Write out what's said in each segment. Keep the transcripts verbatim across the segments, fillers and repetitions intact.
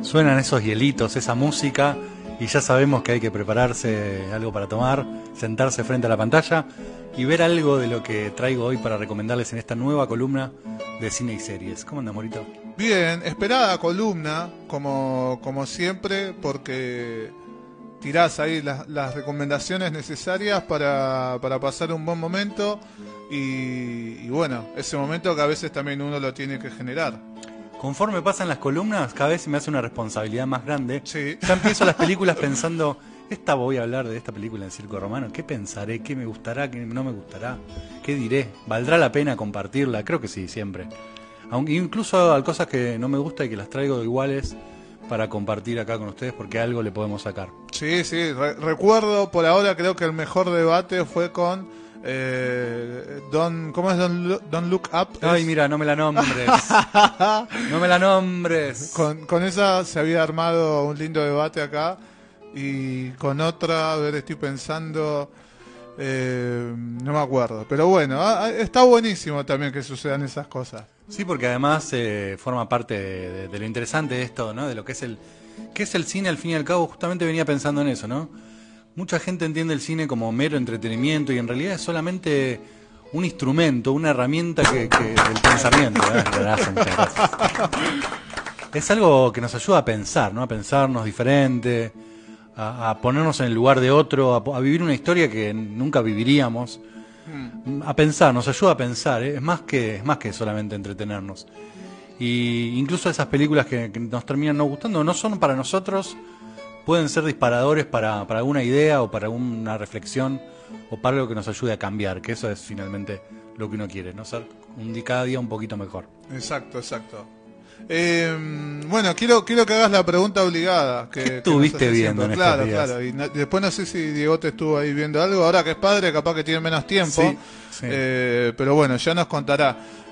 Suenan esos hielitos, esa música, y ya sabemos que hay que prepararse algo para tomar, sentarse frente a la pantalla y ver algo de lo que traigo hoy para recomendarles en esta nueva columna de cine y series. ¿Cómo anda, Morito? Bien, esperada columna, como, como siempre, porque tirás ahí las, las recomendaciones necesarias para, para pasar un buen momento y, y bueno, ese momento que a veces también uno lo tiene que generar. Conforme pasan las columnas, cada vez se me hace una responsabilidad más grande. Sí. Ya empiezo las películas pensando, esta voy a hablar de esta película en Circo Romano, ¿qué pensaré? ¿Qué me gustará? ¿Qué no me gustará? ¿Qué diré? ¿Valdrá la pena compartirla? Creo que sí, siempre. Aunque incluso hay cosas que no me gustan y que las traigo iguales para compartir acá con ustedes porque algo le podemos sacar. Sí, sí, Re- recuerdo por ahora, creo que el mejor debate fue con eh, Don, ¿cómo es Don, Lo- Don't Look Up? Ay, Es- mira, no me la nombres. No me la nombres. Con, con esa se había armado un lindo debate acá y con otra, a ver, estoy pensando, eh, no me acuerdo, pero bueno, ah, ah, está buenísimo también que sucedan esas cosas. Sí, porque además eh, forma parte de, de- de lo interesante de esto, ¿no? De lo que es el qué es el cine, al fin y al cabo. Justamente venía pensando en eso, ¿no? Mucha gente entiende el cine como mero entretenimiento y en realidad es solamente un instrumento, una herramienta que, que del pensamiento. ¿eh? Gracias, muchas gracias. Es algo que nos ayuda a pensar, ¿no? A pensarnos diferente, a, a ponernos en el lugar de otro, a, a vivir una historia que nunca viviríamos. A pensar, nos ayuda a pensar, ¿eh? es más que es más que solamente entretenernos. Y incluso esas películas que, que nos terminan no gustando no son para nosotros, pueden ser disparadores para, para alguna idea o para alguna reflexión o para algo que nos ayude a cambiar, que eso es finalmente lo que uno quiere, no ser un día cada día un poquito mejor. Exacto, exacto. Eh, bueno, quiero quiero que hagas la pregunta obligada. Que, ¿Qué que estuviste nos hace viendo siempre. en Claro, estos días? claro. Y no- después no sé si Diego te estuvo ahí viendo algo. Ahora que es padre, capaz que tiene menos tiempo. Sí, sí. Eh, pero bueno, ya nos contará.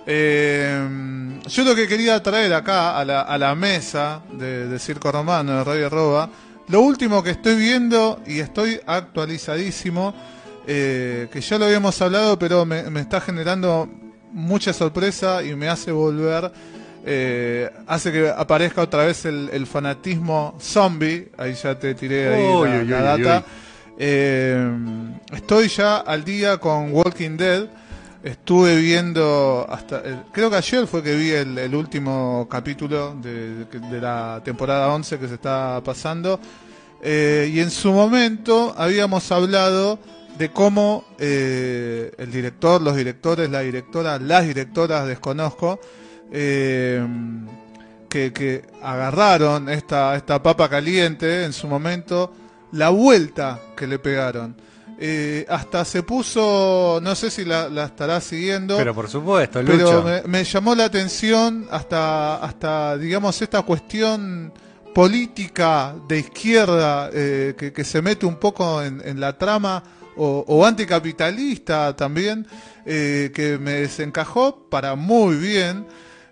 Eh, yo lo que quería traer acá a la, a la mesa de, de Circo Romano, de Radio Arroba, lo último que estoy viendo y estoy actualizadísimo, eh, que ya lo habíamos hablado, pero me, me está generando mucha sorpresa y me hace volver, eh, hace que aparezca otra vez el, el fanatismo zombie. Ahí ya te tiré ahí Uy, la, uy, la uy, data. uy. Eh, estoy ya al día con Walking Dead. Estuve viendo hasta, eh, creo que ayer fue que vi el, el último capítulo de, de- de la temporada once que se está pasando. Eh, y en su momento habíamos hablado de cómo eh, el director, los directores, la directora, las directoras, desconozco, eh, que, que agarraron esta, esta papa caliente en su momento, la vuelta que le pegaron. Eh, hasta se puso, no sé si la, la estará siguiendo, Pero por supuesto, pero Lucho. me, me llamó la atención hasta, hasta digamos, esta cuestión política de izquierda eh, que, que se mete un poco en, en la trama, o, o anticapitalista también, eh, que me desencajó para muy bien.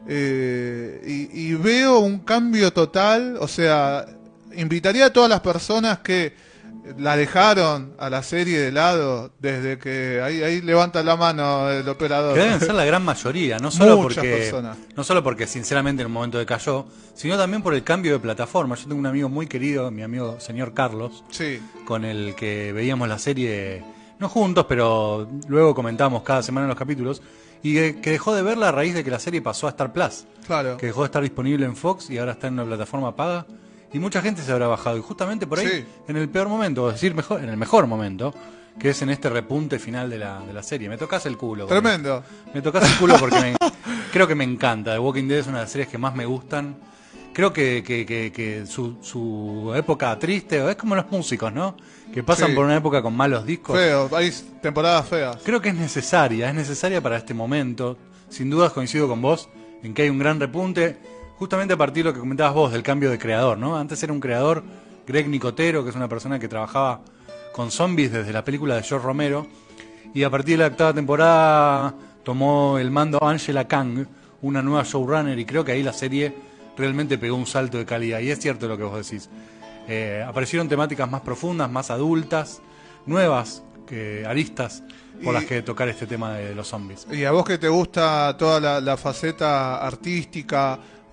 Eh, y, y veo un cambio total, o sea, invitaría a todas las personas que la dejaron a la serie de lado desde que ahí, ahí levanta la mano el operador. Que deben ser la gran mayoría, no solo Muchas porque personas. no solo porque sinceramente en el momento de cayó, sino también por el cambio de plataforma. Yo tengo un amigo muy querido, mi amigo señor Carlos, Sí, con el que veíamos la serie, no juntos, pero luego comentamos cada semana en los capítulos, y que, que dejó de verla a raíz de que la serie pasó a Star Plus, claro. que dejó de estar disponible en Fox y ahora está en una plataforma paga. Y mucha gente se habrá bajado, y justamente por ahí, Sí. en el peor momento, es decir, mejor, en el mejor momento, que es en este repunte final de la, de la serie. Me tocas el culo. con Tremendo. esto. Me tocas el culo porque me, creo que me encanta. The Walking Dead es una de las series que más me gustan. Creo que, que, que, que su, su época triste, es como los músicos, ¿no? Que pasan Sí. por una época con malos discos. Feo, hay temporadas feas. Creo que es necesaria, es necesaria para este momento. Sin dudas coincido con vos en que hay un gran repunte. Justamente a partir de lo que comentabas vos, del cambio de creador, ¿no? Antes era un creador, Greg Nicotero, que es una persona que trabajaba con zombies desde la película de George Romero, y a partir de la octava temporada tomó el mando Angela Kang, una nueva showrunner, y creo que ahí la serie realmente pegó un salto de calidad, y es cierto lo que vos decís. Eh, aparecieron temáticas más profundas, más adultas, nuevas que aristas por Y- las que tocar este tema de los zombies. Y a vos que te gusta toda la, la faceta artística,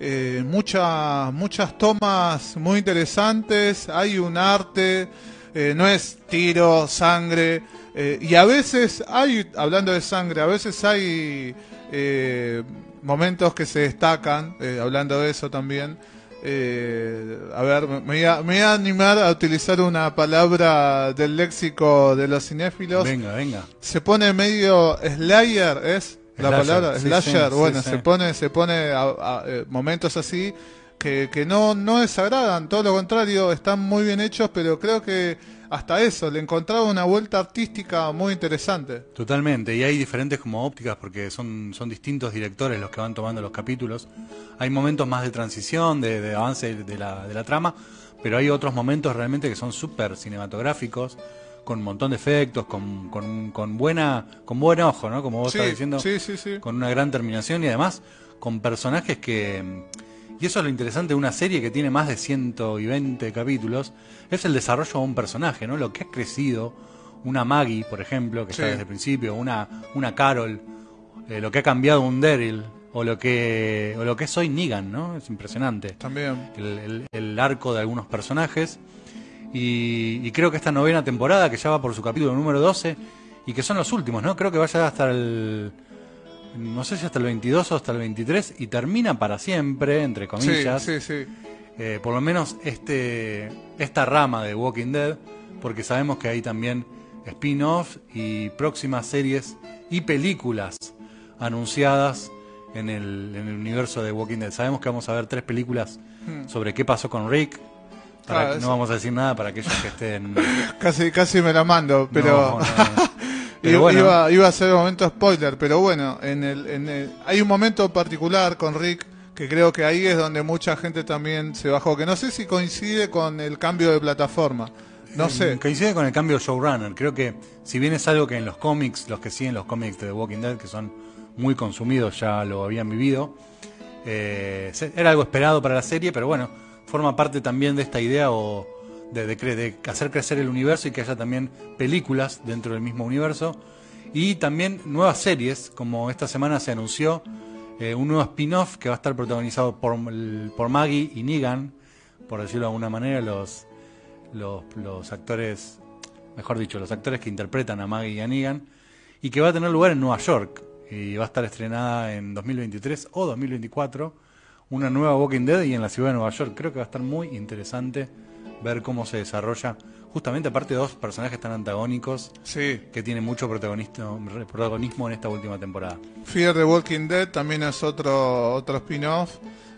eh, muchas, muchas tomas muy interesantes, hay un arte, eh, no es tiro, sangre, eh, y a veces hay, hablando de sangre, a veces hay eh, momentos que se destacan, eh, hablando de eso también. Eh, a ver, me voy a, me voy a animar a utilizar una palabra del léxico de los cinéfilos. Venga, venga. Se pone medio slayer, ¿es la Slasher, palabra? sí, Slasher, sí, bueno, sí, se sí. pone, se pone a, a, eh, momentos así que, que no, no desagradan, todo lo contrario, están muy bien hechos, pero creo que hasta eso, le encontraba una vuelta artística muy interesante. Totalmente, y hay diferentes como ópticas porque son, son distintos directores los que van tomando los capítulos. Hay momentos más de transición, de, de avance de la, de la trama, pero hay otros momentos realmente que son súper cinematográficos, con un montón de efectos, con, con, con buena con buen ojo, ¿no? Como vos Sí, estás diciendo, sí, sí, sí. con una gran terminación y además con personajes que... Y eso es lo interesante de una serie que tiene más de ciento veinte capítulos, es el desarrollo de un personaje, ¿no? Lo que ha crecido, una Maggie, por ejemplo, que Sí. está desde el principio, una, una Carol, eh, lo que ha cambiado un Daryl, o lo que o lo que es hoy Negan, ¿no? Es impresionante. También. El, el, el arco de algunos personajes. Y, y creo que esta novena temporada, que ya va por su capítulo número doce, y que son los últimos, ¿no? Creo que vaya hasta el... no sé si hasta el veintidós o hasta el veintitrés, y termina para siempre, entre comillas. Sí, sí, sí. Eh, por lo menos este esta rama de Walking Dead, porque sabemos que hay también spin-off y próximas series y películas anunciadas en el, en el universo de Walking Dead. Sabemos que vamos a ver tres películas Hmm. sobre qué pasó con Rick. Para Ah, que- eso. no vamos a decir nada para aquellos que estén... Casi, casi me la mando, pero... No, no, no. Pero iba, bueno. iba, iba a ser un momento spoiler, pero bueno, en el, en el, hay un momento particular con Rick que creo que ahí es donde mucha gente también se bajó, que no sé si coincide con el cambio de plataforma, no sé. Coincide con el cambio de showrunner. Creo que si bien es algo que en los cómics, los que siguen los cómics de The Walking Dead, que son muy consumidos, ya lo habían vivido, eh, se- era algo esperado para la serie, pero bueno, forma parte también de esta idea o de, de, cre- de hacer crecer el universo y que haya también películas dentro del mismo universo y también nuevas series, como esta semana se anunció eh, un nuevo spin-off que va a estar protagonizado por, por Maggie y Negan, por decirlo de alguna manera, los, los, los actores, mejor dicho, los actores que interpretan a Maggie y a Negan, y que va a tener lugar en Nueva York y va a estar estrenada en dos mil veintitrés o dos mil veinticuatro, una nueva Walking Dead y en la ciudad de Nueva York. Creo que va a estar muy interesante ver cómo se desarrolla, justamente aparte de dos personajes tan antagónicos Sí, que tienen mucho protagonismo, protagonismo en esta última temporada. Fear the Walking Dead también es otro, otro spin-off,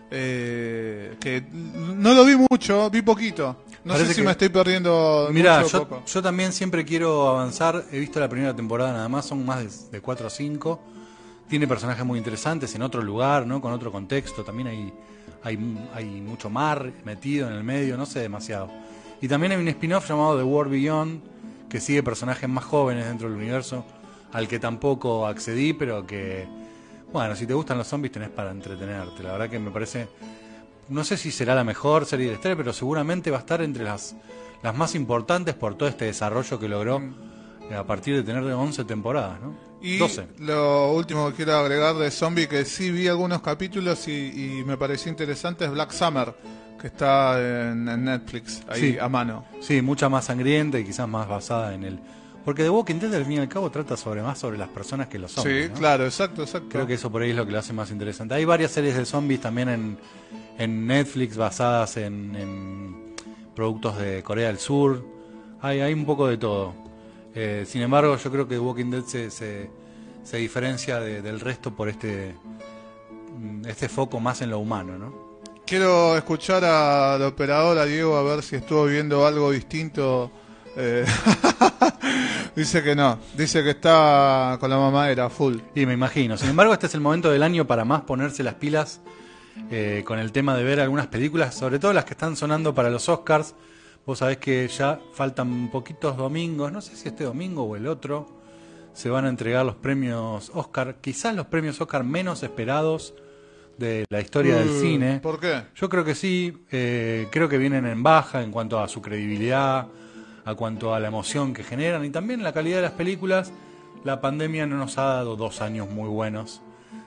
eh, que no lo vi mucho, vi poquito. No Parece sé si que- me estoy perdiendo Mira, mucho o yo, poco. yo también siempre quiero avanzar. He visto la primera temporada nada más, son más de, de cuatro o cinco. Tiene personajes muy interesantes en otro lugar, ¿no? Con otro contexto. También hay, hay, hay mucho mar metido en el medio, no sé demasiado. Y también hay un spin-off llamado The World Beyond, que sigue personajes más jóvenes dentro del universo, al que tampoco accedí, pero que, bueno, si te gustan los zombies tenés para entretenerte. La verdad que me parece... No sé si será la mejor serie de la historia, pero seguramente va a estar entre las, las más importantes por todo este desarrollo que logró eh, a partir de tener once temporadas, ¿no? Y doce. lo último que quiero agregar de Zombie, que sí vi algunos capítulos y, y me pareció interesante, es Black Summer, que está en, en Netflix, ahí Sí. a mano. Sí, mucha más sangrienta y quizás más basada en el... Porque The Walking Dead, al fin y al cabo, trata sobre más sobre las personas que los zombies, Sí, ¿no? claro, exacto, exacto. Creo que eso por ahí es lo que lo hace más interesante. Hay varias series de zombies también en, en Netflix basadas en, en productos de Corea del Sur. Hay, hay un poco de todo. Eh, sin embargo, yo creo que The Walking Dead se, se, se diferencia de- del resto por este, mm, este foco más en lo humano, ¿no? Quiero escuchar al operador, a Diego, a ver si estuvo viendo algo distinto. Eh, dice que no, dice que está con la mamadera, full. Y me imagino. Sin embargo, este es el momento del año para más ponerse las pilas eh, con el tema de ver algunas películas, sobre todo las que están sonando para los Oscars. Vos sabés que ya faltan poquitos domingos, no sé si este domingo o el otro, se van a entregar los premios Oscar, quizás los premios Oscar menos esperados de la historia del Uh, cine. ¿Por qué? Yo creo que sí, eh, creo que vienen en baja en cuanto a su credibilidad, a cuanto a la emoción que generan y también la calidad de las películas. La pandemia no nos ha dado dos años muy buenos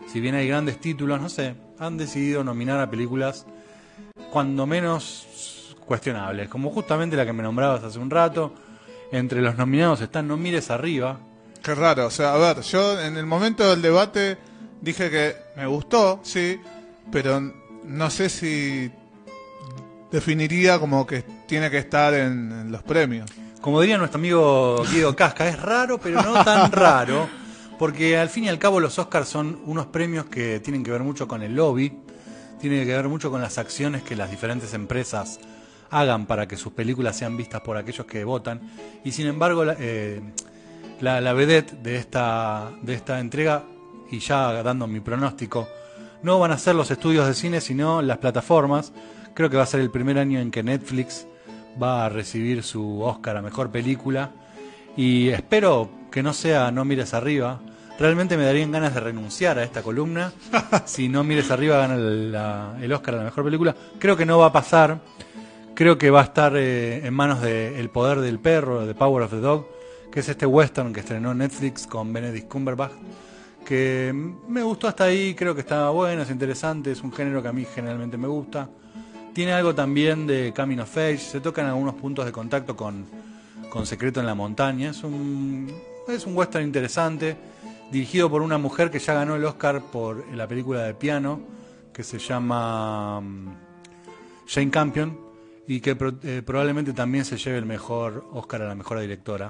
si bien hay grandes títulos, no sé, han decidido nominar a películas cuando menos cuestionables, como justamente la que me nombrabas hace un rato. Entre los nominados están No mires arriba. Qué raro, o sea, a ver, yo en el momento del debate dije que me gustó, sí, pero no sé si definiría como que tiene que estar en, en los premios. Como diría nuestro amigo Guido Casca, es raro, pero no tan raro, porque al fin y al cabo los Oscars son unos premios que tienen que ver mucho con el lobby, tienen que ver mucho con las acciones que las diferentes empresas hagan para que sus películas sean vistas por aquellos que votan, y sin embargo la, eh, la, la vedette de esta, de esta entrega, y ya dando mi pronóstico, no van a ser los estudios de cine sino las plataformas. Creo que va a ser el primer año en que Netflix va a recibir su Oscar a Mejor Película, y espero que no sea No mires arriba. Realmente me darían ganas de renunciar a esta columna si No mires arriba gana el, la, el Oscar a la Mejor Película. Creo que no va a pasar. Creo que va a estar eh, en manos de El poder del perro, de Power of the Dog, que es este western que estrenó Netflix con Benedict Cumberbatch, que me gustó hasta ahí, creo que está bueno, es interesante, es un género que a mí generalmente me gusta. Tiene algo también de Coming of Age, se tocan algunos puntos de contacto con, con Secreto en la Montaña. Es un, es un western interesante, dirigido por una mujer que ya ganó el Oscar por la película de piano, que se llama um, Jane Campion, y que pro, eh, probablemente también se lleve el mejor Oscar a la mejor directora.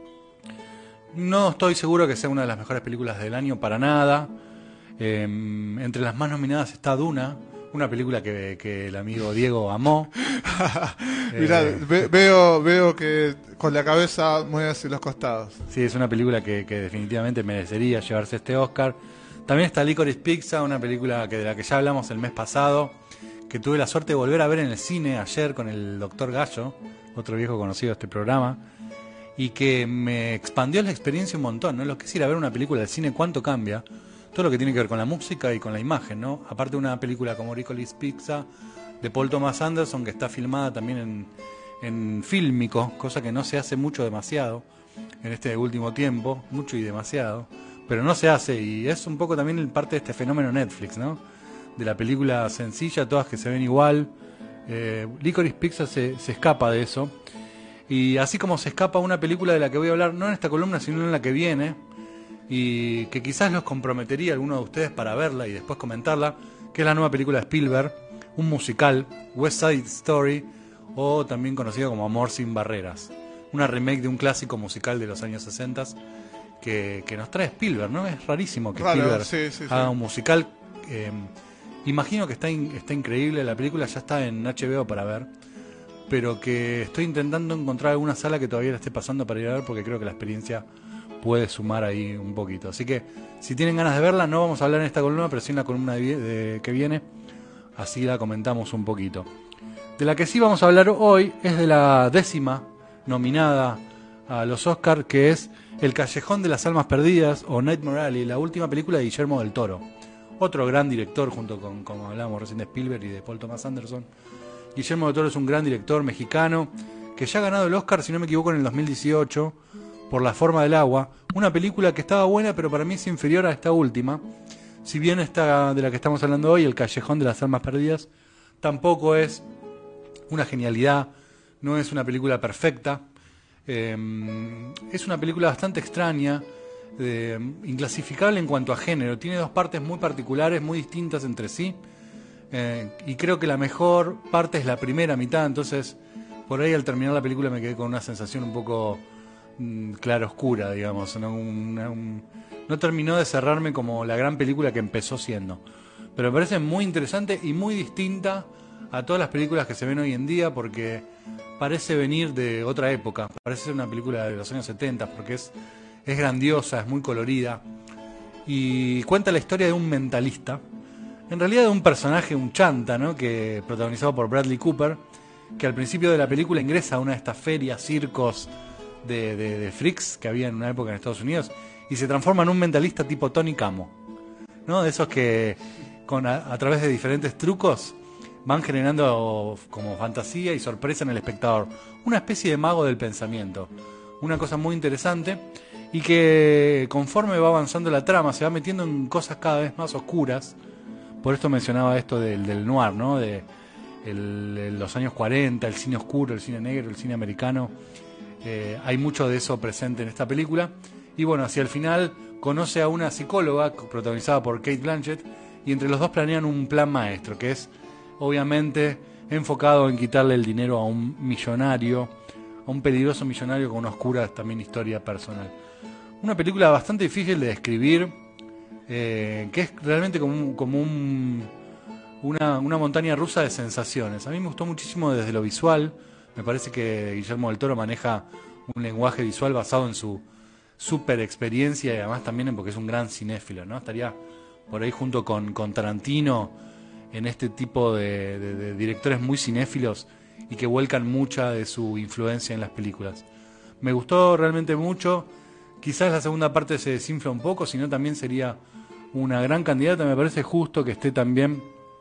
No estoy seguro que sea una de las mejores películas del año, para nada. Eh, entre las más nominadas está Duna, una película que, que el amigo Diego amó. Mirá, eh, ve, veo, veo que con la cabeza muy hacia los costados. Sí, es una película que, que definitivamente merecería llevarse este Oscar. También está Licorice Pizza, una película que de la que ya hablamos el mes pasado, que tuve la suerte de volver a ver en el cine ayer con el doctor Gallo, otro viejo conocido de este programa, y que me expandió la experiencia un montón, ¿no? Lo que es ir a ver una película del cine, cuánto cambia, todo lo que tiene que ver con la música y con la imagen, ¿no? Aparte de una película como Licorice Pizza de Paul Thomas Anderson, que está filmada también en, en fílmico, cosa que no se hace mucho demasiado en este último tiempo, mucho y demasiado, pero no se hace, y es un poco también parte de este fenómeno Netflix, ¿no? De la película sencilla, todas que se ven igual. eh, Licorice Pizza se, se escapa de eso, y así como se escapa una película de la que voy a hablar, no en esta columna sino en la que viene, y que quizás los comprometería a alguno de ustedes para verla y después comentarla, que es la nueva película de Spielberg, un musical, West Side Story, o también conocido como Amor sin barreras, una remake de un clásico musical de los años sesenta que, que nos trae Spielberg, ¿no? Es rarísimo que Raro, Spielberg sí, sí, haga sí. un musical. eh, Imagino que está, in, está increíble, la película ya está en H B O para ver, pero que estoy intentando encontrar alguna sala que todavía la esté pasando para ir a ver, porque creo que la experiencia puede sumar ahí un poquito. Así que si tienen ganas de verla, no vamos a hablar en esta columna, pero sí en la columna de, de, que viene, así la comentamos un poquito. De la que sí vamos a hablar hoy es de la décima nominada a los Oscars, que es El Callejón de las Almas Perdidas, o Nightmare Alley, la última película de Guillermo del Toro. Otro gran director, junto con, como hablábamos recién, de Spielberg y de Paul Thomas Anderson. Guillermo del Toro es un gran director mexicano que ya ha ganado el Oscar, si no me equivoco, en el dos mil dieciocho por La Forma del Agua, una película que estaba buena, pero para mí es inferior a esta última. Si bien esta de la que estamos hablando hoy, El Callejón de las Almas Perdidas, tampoco es una genialidad, no es una película perfecta. Eh, es una película bastante extraña, Eh, inclasificable en cuanto a género. Tiene dos partes muy particulares, muy distintas entre sí, eh, y creo que la mejor parte es la primera mitad. Entonces por ahí al terminar la película me quedé con una sensación un poco mm, claroscura, digamos, ¿no? Una, un, no terminó de cerrarme como la gran película que empezó siendo, pero me parece muy interesante y muy distinta a todas las películas que se ven hoy en día, porque parece venir de otra época, parece ser una película de los años setenta, porque es Es grandiosa, es muy colorida, y cuenta la historia de un mentalista, en realidad de un personaje, un chanta, ¿no? Que protagonizado por Bradley Cooper, que al principio de la película ingresa a una de estas ferias, circos de, de, de freaks que había en una época en Estados Unidos, y se transforma en un mentalista tipo Tony Camo, ¿no? De esos que con a, a través de diferentes trucos van generando como fantasía y sorpresa en el espectador, una especie de mago del pensamiento, una cosa muy interesante. y que conforme va avanzando la trama se va metiendo en cosas cada vez más oscuras. Por esto mencionaba esto del, del noir, ¿no? De el, el, los años cuarenta, el cine oscuro, el cine negro, el cine americano. Eh, hay mucho de eso presente en esta película. Y bueno, hacia el final conoce a una psicóloga protagonizada por Cate Blanchett, y entre los dos planean un plan maestro, que es obviamente enfocado en quitarle el dinero a un millonario, a un peligroso millonario con una oscura también historia personal. Una película bastante difícil de describir, eh, que es realmente como, un, como un, una, una montaña rusa de sensaciones. A mí me gustó muchísimo desde lo visual. Me parece que Guillermo del Toro maneja un lenguaje visual basado en su super experiencia y además también porque es un gran cinéfilo, ¿no? Estaría por ahí junto con, con Tarantino en este tipo de, de, de directores muy cinéfilos y que vuelcan mucha de su influencia en las películas. Me gustó realmente mucho. Quizás la segunda parte se desinfla un poco, sino también sería una gran candidata. Me parece justo que esté también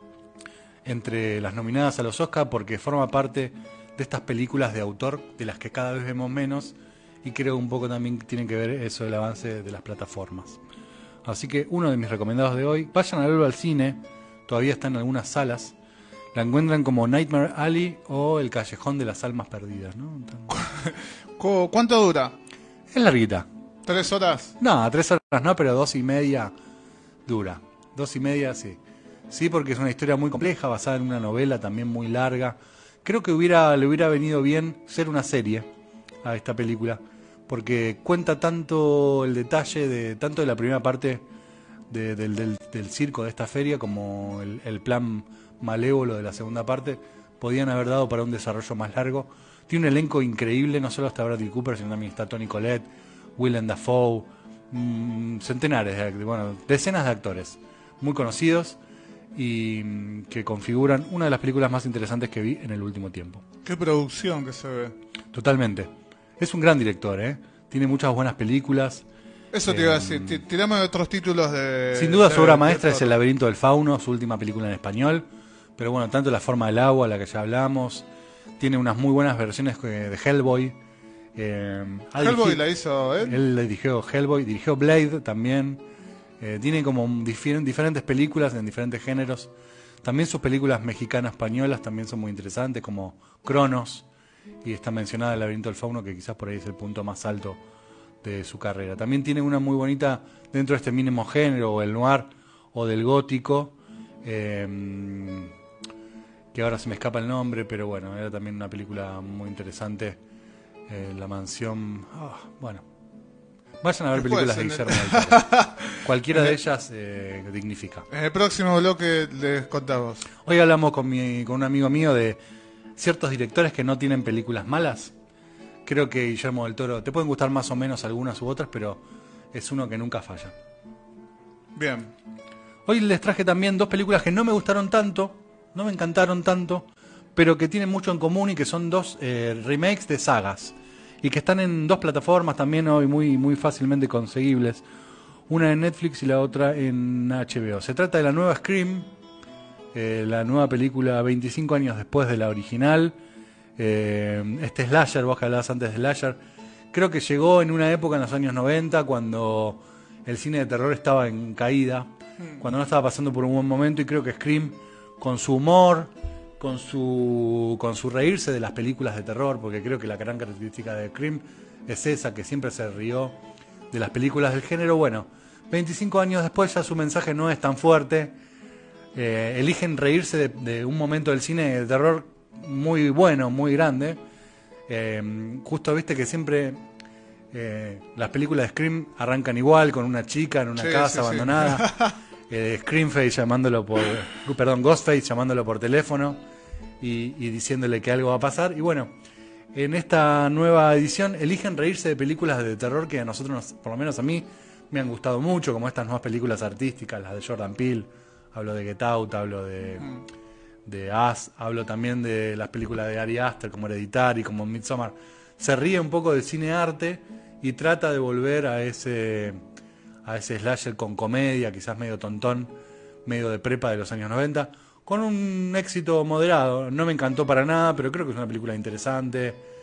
entre las nominadas a los Oscar porque forma parte de estas películas de autor de las que cada vez vemos menos, y creo un poco también tiene que ver eso del avance de las plataformas. Así que uno de mis recomendados de hoy, vayan a verlo al cine, todavía está en algunas salas, la encuentran como Nightmare Alley o El Callejón de las Almas Perdidas, ¿no? ¿Cuánto dura? Es larguita. ¿Tres horas? No, tres horas no, pero dos y media dura. Dos y media sí. Sí, porque es una historia muy compleja, basada en una novela también muy larga. Creo que hubiera le hubiera venido bien ser una serie a esta película, porque cuenta tanto el detalle de tanto de la primera parte de, del, del, del circo de esta feria como el, el plan malévolo de la segunda parte. Podían haber dado para un desarrollo más largo. Tiene un elenco increíble, no solo está Bradley Cooper, sino también está Toni Collette, Willem Dafoe, mmm, centenares de, bueno, decenas de actores muy conocidos y mmm, que configuran una de las películas más interesantes que vi en el último tiempo. Qué producción que se ve. Totalmente. Es un gran director, ¿eh? Tiene muchas buenas películas. Eso te eh, iba a decir. Tirame otros títulos de... Sin duda su obra maestra es El laberinto del fauno, su última película en español. Pero bueno, tanto La forma del agua, la que ya hablamos. Tiene unas muy buenas versiones de Hellboy. Eh, Hellboy dirigido, la hizo él. Él dirigió Hellboy, dirigió Blade también. Eh, tiene como difer- diferentes películas en diferentes géneros. También sus películas mexicanas españolas también son muy interesantes, como Cronos. Y está mencionada El laberinto del fauno, que quizás por ahí es el punto más alto de su carrera. También tiene una muy bonita dentro de este mismo género, o el noir o del gótico, eh, que ahora se me escapa el nombre, pero bueno, era también una película muy interesante, eh, La mansión... Oh, bueno, vayan a ver Después, películas de Guillermo del Toro. Cualquiera de ellas eh, dignifica. En el próximo bloque les contamos. Hoy hablamos con, mi, con un amigo mío de ciertos directores que no tienen películas malas. Creo que Guillermo del Toro, te pueden gustar más o menos algunas u otras, pero es uno que nunca falla. Bien. Hoy les traje también dos películas que no me gustaron tanto, no me encantaron tanto, pero que tienen mucho en común y que son dos eh, remakes de sagas y que están en dos plataformas también hoy muy, muy fácilmente conseguibles. Una en Netflix y la otra en H B O. Se trata de la nueva Scream, eh, la nueva película veinticinco años después de la original. Eh, este slasher, vos que hablabas antes de slasher, creo que llegó en una época en los años noventa cuando el cine de terror estaba en caída, cuando no estaba pasando por un buen momento, y creo que Scream, con su humor, con su con su reírse de las películas de terror, porque creo que la gran característica de Scream es esa, que siempre se rió de las películas del género. Bueno, veinticinco años después ya su mensaje no es tan fuerte. Eh, eligen reírse de, de un momento del cine de terror muy bueno, muy grande. Eh, justo viste que siempre eh, las películas de Scream arrancan igual, con una chica en una sí, casa sí, abandonada. Sí. Eh, Screamface llamándolo por, perdón, Ghostface llamándolo por teléfono y, y diciéndole que algo va a pasar. Y bueno, en esta nueva edición eligen reírse de películas de terror que a nosotros, por lo menos a mí, me han gustado mucho, como estas nuevas películas artísticas, las de Jordan Peele. Hablo de Get Out, hablo de, mm. de Us, hablo también de las películas de Ari Aster, como Hereditary, como Midsommar. Se ríe un poco del cine arte y trata de volver a ese, a ese slasher con comedia, quizás medio tontón, medio de prepa de los años noventa, con un éxito moderado. No me encantó para nada, pero creo que es una película interesante.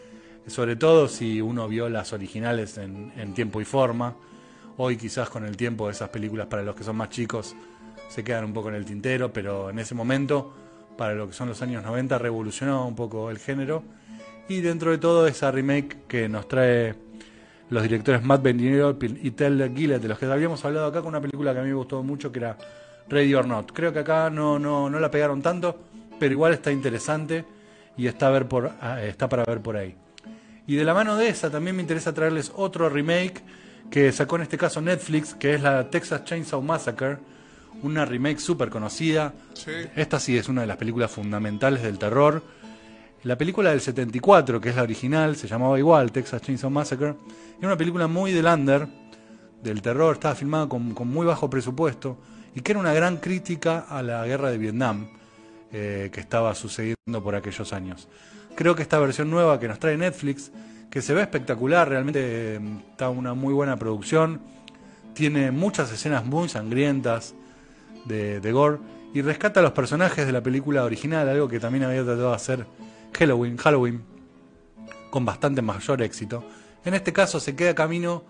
sobre todo si uno vio las originales en, en tiempo y forma. Hoy quizás con el tiempo esas películas para los que son más chicos se quedan un poco en el tintero, pero en ese momento, para lo que son los años noventa, revolucionó un poco el género. Y dentro de todo esa remake que nos trae los directores Matt Benioff y Tel Gillett, de los que habíamos hablado acá, con una película que a mí me gustó mucho, que era Ready or Not. Creo que acá no, no, no la pegaron tanto, pero igual está interesante y está, a ver por, está para ver por ahí. Y de la mano de esa también me interesa traerles otro remake que sacó en este caso Netflix, que es la Texas Chainsaw Massacre, una remake súper conocida. Sí. Esta sí es una de las películas fundamentales del terror. La película del setenta y cuatro, que es la original, se llamaba igual, Texas Chainsaw Massacre. Era una película muy del under, del terror, estaba filmada con, con muy bajo presupuesto y que era una gran crítica a la guerra de Vietnam eh, que estaba sucediendo por aquellos años. Creo que esta versión nueva que nos trae Netflix, que se ve espectacular, realmente eh, está una muy buena producción, tiene muchas escenas muy sangrientas de, de gore y rescata a los personajes de la película original, algo que también había tratado de hacer Halloween, Halloween con bastante mayor éxito. En este caso se queda camino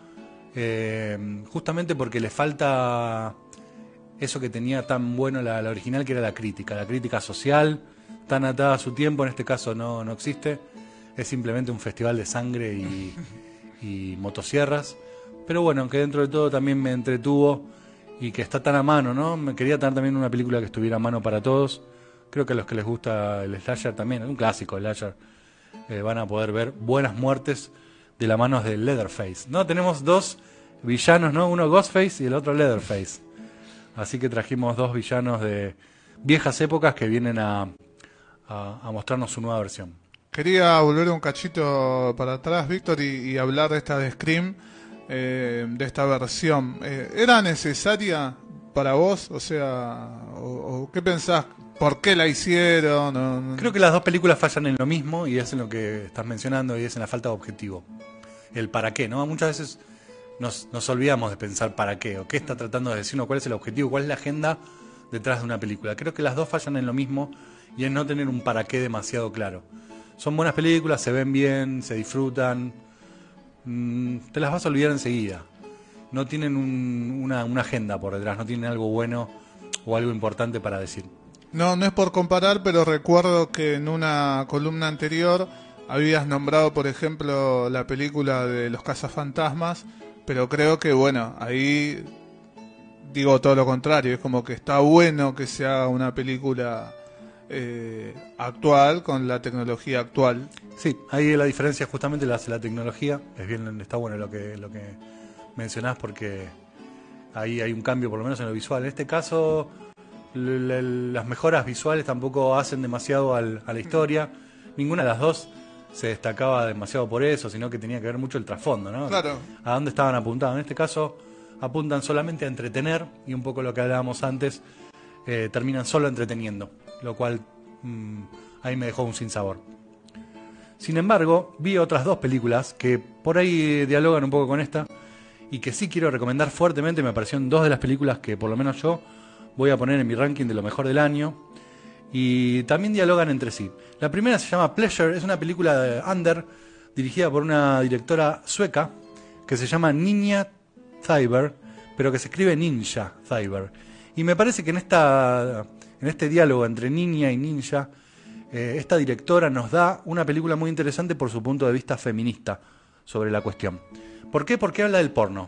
eh, justamente porque le falta eso que tenía tan bueno la, la original, que era la crítica, la crítica social, tan atada a su tiempo. En este caso no, no existe, es simplemente un festival de sangre y, y motosierras. Pero bueno, que dentro de todo también me entretuvo y que está tan a mano, ¿no? Me quería tener también una película que estuviera a mano para todos. Creo que a los que les gusta el slasher también, un clásico el slasher, eh, van a poder ver buenas muertes de la mano de Leatherface, ¿no? Tenemos dos villanos, ¿no? Uno Ghostface y el otro Leatherface. Así que trajimos dos villanos de viejas épocas que vienen a, a, a mostrarnos su nueva versión. Quería volver un cachito para atrás, Víctor, y, y hablar de esta de Scream, eh, de esta versión. Eh, ¿Era necesaria para vos? O sea, o, o ¿qué pensás? ¿Por qué la hicieron? No, no. Creo que las dos películas fallan en lo mismo y es en lo que estás mencionando y es en la falta de objetivo. El para qué, ¿no? Muchas veces nos, nos olvidamos de pensar para qué o qué está tratando de decirnos, cuál es el objetivo, cuál es la agenda detrás de una película. Creo que las dos fallan en lo mismo y es no tener un para qué demasiado claro. Son buenas películas, se ven bien, se disfrutan, mmm, te las vas a olvidar enseguida. No tienen un, una, una agenda por detrás, no tienen algo bueno o algo importante para decir. No, no es por comparar, pero recuerdo que en una columna anterior habías nombrado, por ejemplo, la película de Los Cazafantasmas, pero creo que, bueno, ahí digo todo lo contrario, es como que está bueno que se haga una película eh, actual, con la tecnología actual. Sí, ahí la diferencia justamente la hace la tecnología, es bien, está bueno lo que, lo que mencionás porque ahí hay un cambio por lo menos en lo visual. En este caso l- l- las mejoras visuales tampoco hacen demasiado al, a la historia, ninguna de las dos se destacaba demasiado por eso, sino que tenía que ver mucho el trasfondo, ¿no? Claro. A dónde estaban apuntados. En este caso apuntan solamente a entretener y un poco lo que hablábamos antes, eh, terminan solo entreteniendo, lo cual mmm, ahí me dejó un sinsabor. Sin embargo, vi otras dos películas que por ahí dialogan un poco con esta y que sí quiero recomendar fuertemente. Me parecieron dos de las películas que por lo menos yo voy a poner en mi ranking de lo mejor del año y también dialogan entre sí. La primera se llama Pleasure, es una película de under dirigida por una directora sueca que se llama Ninja Thyber, pero que se escribe Ninja Thyber. Y me parece que en esta en este diálogo entre niña y ninja, eh, esta directora nos da una película muy interesante por su punto de vista feminista sobre la cuestión. ¿Por qué? Porque habla del porno.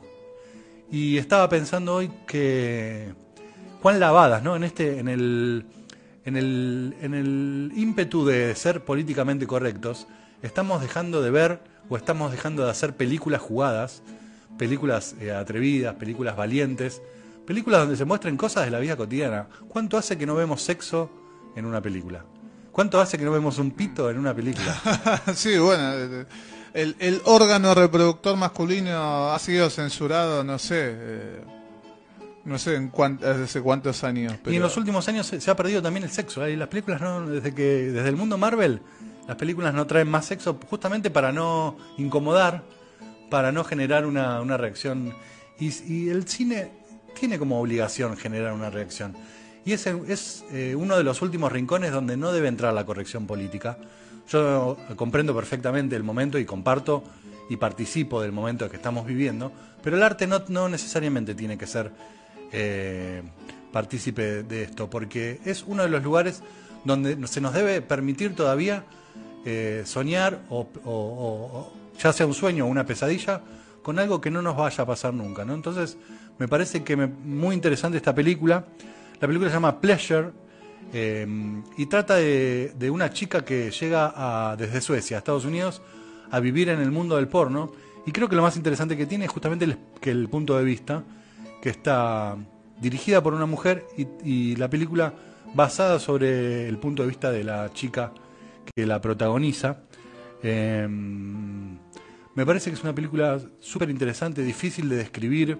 Y estaba pensando hoy que cuán lavadas, ¿no? En este, en el, en el, en el ímpetu de ser políticamente correctos, estamos dejando de ver o estamos dejando de hacer películas jugadas, películas eh, atrevidas, películas valientes, películas donde se muestren cosas de la vida cotidiana. ¿Cuánto hace que no vemos sexo en una película? ¿Cuánto hace que no vemos un pito en una película? Sí, bueno, el, el órgano reproductor masculino ha sido censurado, no sé, eh, no sé en cuánt, hace cuántos años. Pero... Y en los últimos años se, se ha perdido también el sexo. ¿eh? Las películas, no, desde que desde el mundo Marvel, las películas no traen más sexo justamente para no incomodar, para no generar una, una reacción. Y, y el cine tiene como obligación generar una reacción. Y es, es eh, uno de los últimos rincones donde no debe entrar la corrección política. Yo comprendo perfectamente el momento y comparto y participo del momento que estamos viviendo, pero el arte no, no necesariamente tiene que ser eh, partícipe de esto, porque es uno de los lugares donde se nos debe permitir todavía eh, soñar, o, o, o ya sea un sueño o una pesadilla, con algo que no nos vaya a pasar nunca, ¿no? Entonces, me parece que me, muy interesante esta película. La película se llama Pleasure, eh, y trata de, de una chica que llega a, desde Suecia a Estados Unidos a vivir en el mundo del porno, y creo que lo más interesante que tiene es justamente el, que el punto de vista, que está dirigida por una mujer, y, y la película basada sobre el punto de vista de la chica que la protagoniza. Eh, me parece que es una película súper interesante, difícil de describir,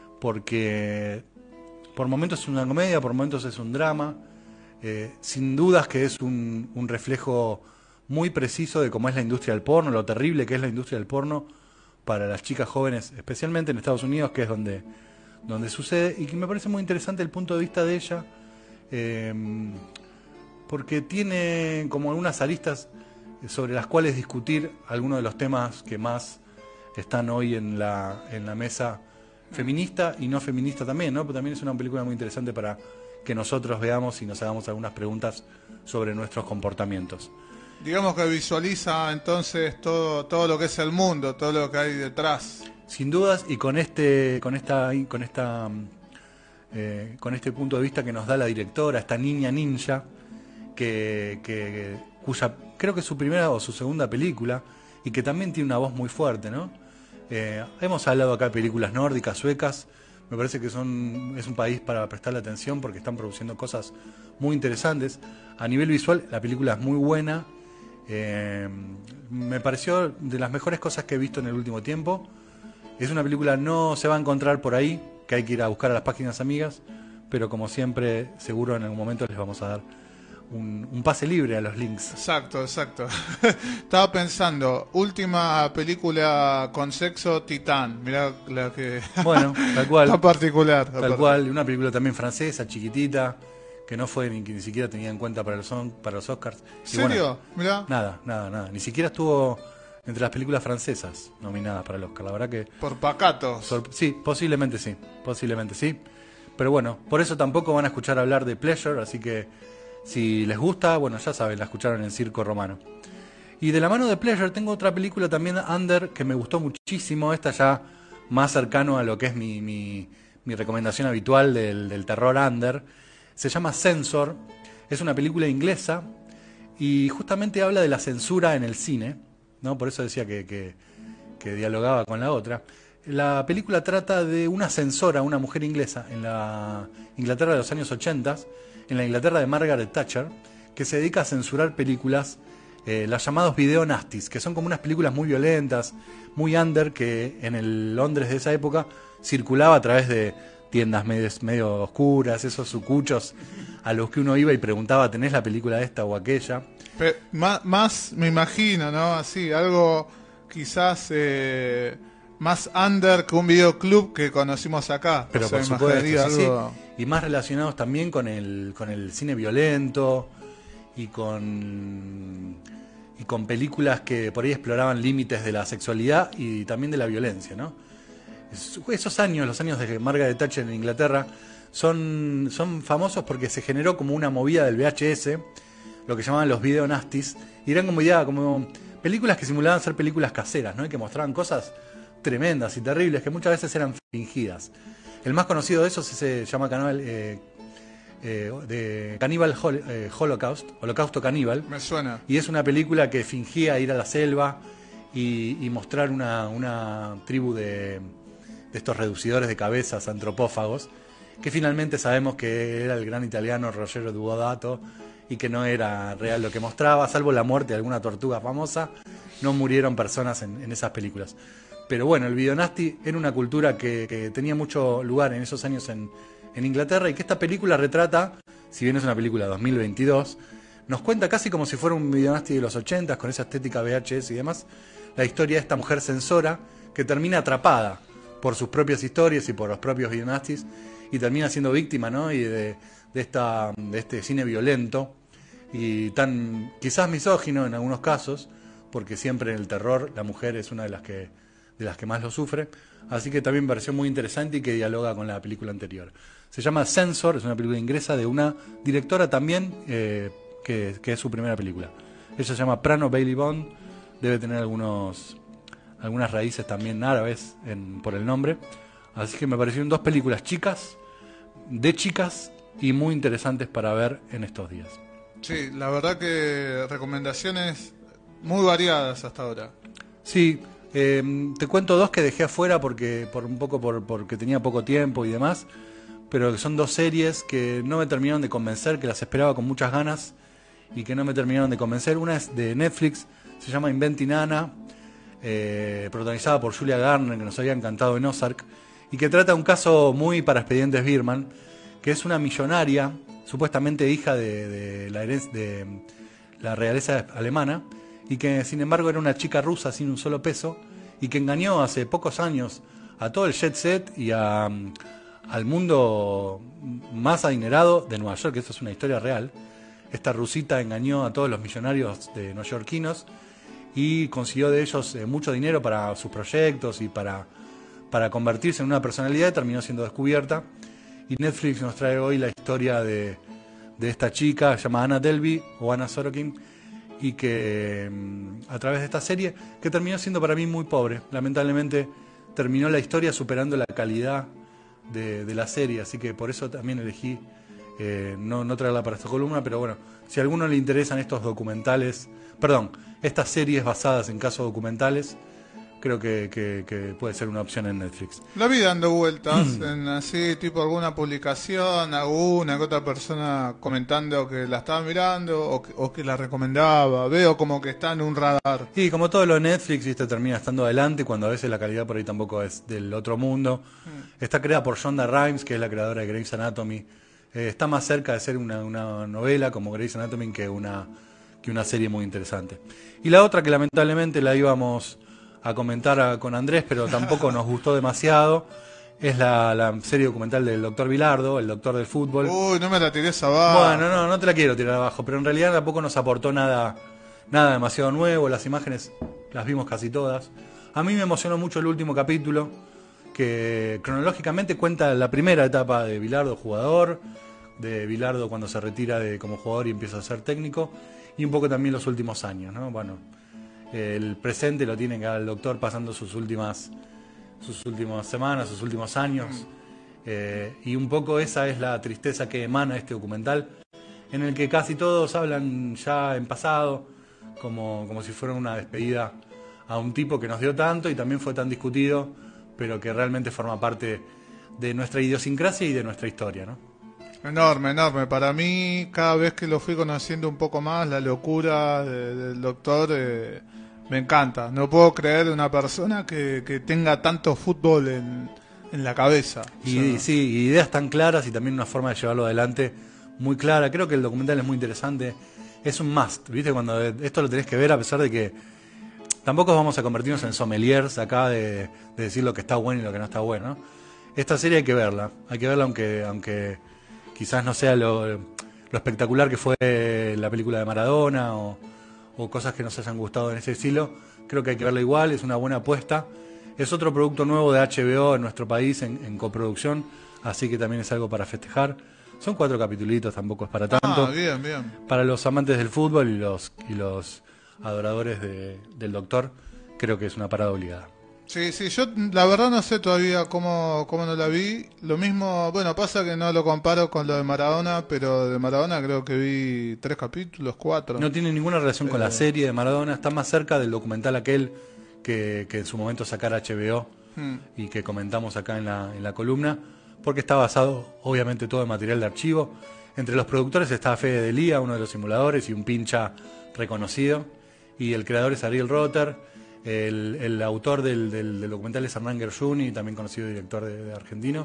porque por momentos es una comedia, por momentos es un drama. Eh, sin dudas que es un, un reflejo muy preciso de cómo es la industria del porno, lo terrible que es la industria del porno para las chicas jóvenes, especialmente en Estados Unidos, que es donde, donde sucede, y que me parece muy interesante el punto de vista de ella, eh, porque tiene como algunas aristas sobre las cuales discutir algunos de los temas que más están hoy en la, en la mesa feminista y no feminista también, ¿no? Pero también es una película muy interesante para que nosotros veamos y nos hagamos algunas preguntas sobre nuestros comportamientos. Digamos que visualiza entonces todo todo lo que es el mundo, todo lo que hay detrás. Sin dudas, y con este con esta con esta eh, con este punto de vista que nos da la directora, esta niña ninja, que, que cuya creo que es su primera o su segunda película, y que también tiene una voz muy fuerte, ¿no? Eh, hemos hablado acá de películas nórdicas, suecas. Me parece que son es un país para prestarle atención porque están produciendo cosas muy interesantes. A nivel visual, la película es muy buena. Eh, me pareció de las mejores cosas que he visto en el último tiempo. Es una película, no se va a encontrar por ahí, que hay que ir a buscar a las páginas amigas, pero como siempre, seguro en algún momento les vamos a dar un, un pase libre a los links. Exacto, exacto. Estaba pensando, última película con sexo, Titán. Mirá la que... Bueno, tal cual. Tan particular. Tal aparte. cual, una película también francesa, chiquitita, que no fue ni que ni siquiera tenía en cuenta para los, para los Oscars. ¿En serio? Bueno, mirá. Nada, nada, nada. Ni siquiera estuvo entre las películas francesas nominadas para el Oscar. La verdad que... Por pacatos. Sí, posiblemente sí, posiblemente sí. Pero bueno, por eso tampoco van a escuchar hablar de Pleasure, así que si les gusta, bueno, ya saben, la escucharon en Circo Romano. Y de la mano de Pleasure tengo otra película también, Under, que me gustó muchísimo. Esta ya más cercano a lo que es mi, mi, mi recomendación habitual del, del terror under. Se llama Censor, es una película inglesa y justamente habla de la censura en el cine, ¿no? Por eso decía que, que, que dialogaba con la otra. La película trata de una censora, una mujer inglesa, en la Inglaterra de los años ochenta, en la Inglaterra de Margaret Thatcher, que se dedica a censurar películas, eh, las llamadas video nasties, que son como unas películas muy violentas, muy under, que en el Londres de esa época circulaba a través de tiendas medio, medio oscuras, esos sucuchos a los que uno iba y preguntaba, ¿tenés la película esta o aquella? Pero, más, más me imagino, ¿no? Así, algo quizás eh, más under que un videoclub que conocimos acá. Pero o sea, por supuesto, sí, algo... sí. Y más relacionados también con el, con el cine violento y con, y con películas que por ahí exploraban límites de la sexualidad y también de la violencia, ¿no? Esos años, los años de Margaret Thatcher en Inglaterra, son, son famosos porque se generó como una movida del V H S, lo que llamaban los video nasties, y eran como, ya, como películas que simulaban ser películas caseras, ¿no? Y que mostraban cosas tremendas y terribles que muchas veces eran fingidas. El más conocido de esos se llama canal eh, eh, de Cannibal Hol eh, Holocaust, Holocausto Caníbal. Me suena. Y es una película que fingía ir a la selva y, y mostrar una, una tribu de, de estos reducidores de cabezas antropófagos, que finalmente sabemos que era el gran italiano Ruggero Deodato y que no era real lo que mostraba, salvo la muerte de alguna tortuga famosa, no murieron personas en, en esas películas. Pero bueno, el videonasty era una cultura que, que tenía mucho lugar en esos años en, en Inglaterra, y que esta película retrata, si bien es una película de dos mil veintidós, nos cuenta casi como si fuera un videonasty de los ochenta, con esa estética V H S y demás, la historia de esta mujer censora que termina atrapada por sus propias historias y por los propios videonastis y termina siendo víctima, ¿no? y de, de, esta, de este cine violento y tan quizás misógino en algunos casos, porque siempre en el terror la mujer es una de las que, de las que más lo sufre. Así que también me pareció muy interesante y que dialoga con la película anterior. Se llama Censor, es una película inglesa de una directora también, eh, que, que es su primera película. Ella se llama Prano Bailey Bond, debe tener algunos, algunas raíces también árabes en, por el nombre. Así que me parecieron dos películas chicas, de chicas, y muy interesantes para ver en estos días. Sí, la verdad que recomendaciones muy variadas hasta ahora. Sí, eh, te cuento dos que dejé afuera porque por un poco por, porque tenía poco tiempo y demás, pero son dos series que no me terminaron de convencer, que las esperaba con muchas ganas y que no me terminaron de convencer. Una es de Netflix, se llama Inventing Anna, eh, protagonizada por Julia Garner, que nos había encantado en Ozark, y que trata un caso muy para expedientes Birman, que es una millonaria, supuestamente hija de, de, la, de la realeza alemana, y que sin embargo era una chica rusa sin un solo peso, y que engañó hace pocos años a todo el jet set y a, al mundo más adinerado de Nueva York, que esto es una historia real. Esta rusita engañó a todos los millonarios de neoyorquinos y consiguió de ellos eh, mucho dinero para sus proyectos y para, para convertirse en una personalidad, y terminó siendo descubierta. Y Netflix nos trae hoy la historia de, de esta chica, se llama Anna Delvey o Anna Sorokin, y que a través de esta serie, que terminó siendo para mí muy pobre, lamentablemente terminó la historia superando la calidad de, de la serie, así que por eso también elegí eh, no, no traerla para esta columna. Pero bueno, si a alguno le interesan estos documentales, perdón, estas series basadas en casos documentales, creo que, que, que puede ser una opción en Netflix. La vi dando vueltas en así, tipo alguna publicación, alguna que otra persona comentando que la estaba mirando o que, o que la recomendaba. Veo como que está en un radar. Y como todo lo de Netflix, ¿viste? Termina estando adelante cuando a veces la calidad por ahí tampoco es del otro mundo. Mm. Está creada por Shonda Rhimes, que es la creadora de Grey's Anatomy. Eh, está más cerca de ser una, una novela como Grey's Anatomy que una, que una serie muy interesante. Y la otra que lamentablemente la íbamos a comentar a, con Andrés, pero tampoco nos gustó demasiado, es la, la serie documental del doctor Bilardo, el doctor del fútbol. Uy, no me la tirés abajo. Bueno, no, no te la quiero tirar abajo, pero en realidad tampoco nos aportó nada, nada demasiado nuevo. Las imágenes las vimos casi todas. A mí me emocionó mucho el último capítulo, que cronológicamente cuenta la primera etapa de Bilardo jugador, de Bilardo cuando se retira de como jugador y empieza a ser técnico, y un poco también los últimos años, ¿no? Bueno, el presente lo tiene que dar el doctor pasando sus últimas sus últimas semanas, sus últimos años, eh, y un poco esa es la tristeza que emana este documental, en el que casi todos hablan ya en pasado, como, como si fuera una despedida a un tipo que nos dio tanto y también fue tan discutido, pero que realmente forma parte de nuestra idiosincrasia y de nuestra historia, ¿no? Enorme, enorme. Para mí, cada vez que lo fui conociendo un poco más, la locura de, del doctor, eh, me encanta. No puedo creer una persona que, que tenga tanto fútbol en, en la cabeza. Y, o sea, sí, ideas tan claras y también una forma de llevarlo adelante muy clara. Creo que el documental es muy interesante. Es un must, ¿viste? Cuando esto lo tenés que ver, a pesar de que tampoco vamos a convertirnos en sommeliers acá de, de decir lo que está bueno y lo que no está bueno, ¿no? Esta serie hay que verla. Hay que verla aunque... aunque quizás no sea lo, lo espectacular que fue la película de Maradona o, o cosas que nos hayan gustado en ese estilo. Creo que hay que verla igual, es una buena apuesta. Es otro producto nuevo de H B O en nuestro país en, en coproducción, así que también es algo para festejar. Son cuatro capitulitos, tampoco es para tanto. Ah, bien, bien. Para los amantes del fútbol y los, y los adoradores de, del doctor, creo que es una parada obligada. Sí, sí, yo la verdad no sé todavía cómo, cómo no la vi. Lo mismo, bueno, pasa que no lo comparo con lo de Maradona, pero de Maradona creo que vi tres capítulos, cuatro. No tiene ninguna relación con Eh. la serie de Maradona, está más cerca del documental aquel que, que en su momento sacara H B O Hmm. y que comentamos acá en la, en la columna, porque está basado obviamente todo en material de archivo. Entre los productores está Fede Delía, uno de los simuladores y un pincha reconocido, y el creador es Ariel Rotter. El, el autor del, del, del documental es Hernán Gershuni, también conocido director de, de argentino.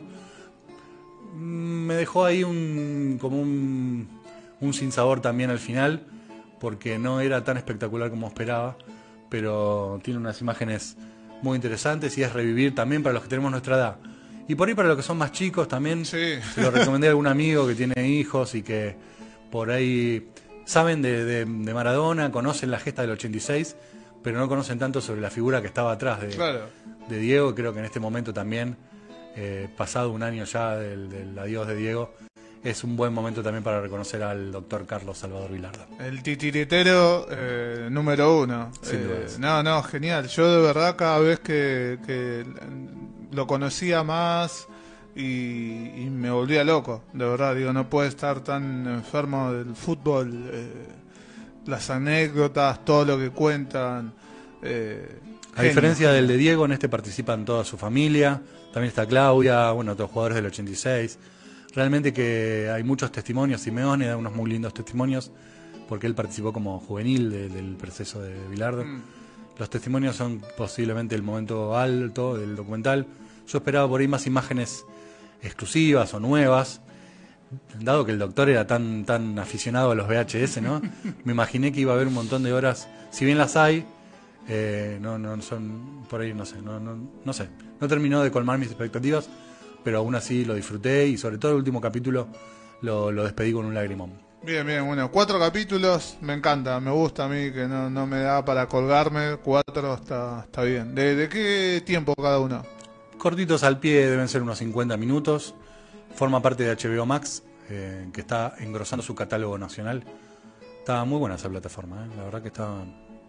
Me dejó ahí un como un, un sinsabor también al final, porque no era tan espectacular como esperaba, pero tiene unas imágenes muy interesantes y es revivir también para los que tenemos nuestra edad Y por ahí para los que son más chicos también, Sí. se lo recomendé a algún amigo que tiene hijos y que por ahí saben de, de, de Maradona, conocen la gesta del ochenta y seis, pero no conocen tanto sobre la figura que estaba atrás de, Claro. de Diego. Creo que en este momento también, eh, pasado un año ya del, del adiós de Diego, es un buen momento también para reconocer al doctor Carlos Salvador Vilardo. El titiritero eh, número uno. Sin Eh, dudas. no, no, genial. Yo de verdad cada vez que, que lo conocía más y, y me volvía loco. De verdad, digo, no puede estar tan enfermo del fútbol. Eh, las anécdotas, todo lo que cuentan. Eh, A genio. diferencia del de Diego, en este participan toda su familia, también está Claudia, bueno, otros jugadores del ochenta y seis. Realmente que hay muchos testimonios, Simeone da unos muy lindos testimonios, porque él participó como juvenil de, del proceso de Bilardo. Mm. Los testimonios son posiblemente el momento alto del documental. Yo esperaba por ahí más imágenes exclusivas o nuevas, dado que el doctor era tan tan aficionado a los V H S, ¿no? Me imaginé que iba a haber un montón de horas, si bien las hay, eh, no no son por ahí, no sé, no no no sé, no terminó de colmar mis expectativas, pero aún así lo disfruté y sobre todo el último capítulo lo, lo despedí con un lagrimón. Bien, bien, bueno, cuatro capítulos, me encanta, me gusta a mí, que no, no me da para colgarme, cuatro está, está bien. ¿De, ¿De qué tiempo cada uno? Cortitos al pie, deben ser unos cincuenta minutos. Forma parte de H B O Max, eh, que está engrosando su catálogo nacional. Está muy buena esa plataforma, ¿eh? La verdad que está,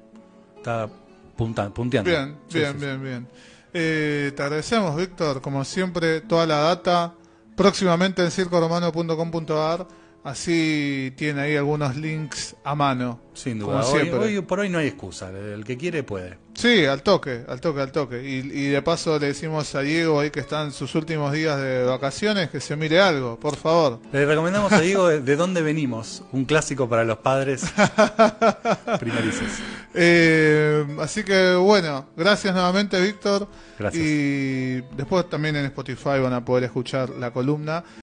está punta, punteando. Bien, Sí, bien, sí, bien, bien. Eh, te agradecemos, Víctor, como siempre, toda la data. Próximamente en circo romano punto com punto a r, así tiene ahí algunos links a mano. sí. Sin como duda. Hoy, siempre. hoy, por hoy no hay excusa. El que quiere puede. Sí, al toque, al toque, al toque. Y, y de paso le decimos a Diego ahí que está en sus últimos días de vacaciones que se mire algo, por favor. Le recomendamos a Diego de, de dónde venimos. Un clásico para los padres primerizos. Eh, así que bueno, gracias nuevamente, Víctor. Gracias. Y después también en Spotify van a poder escuchar la columna.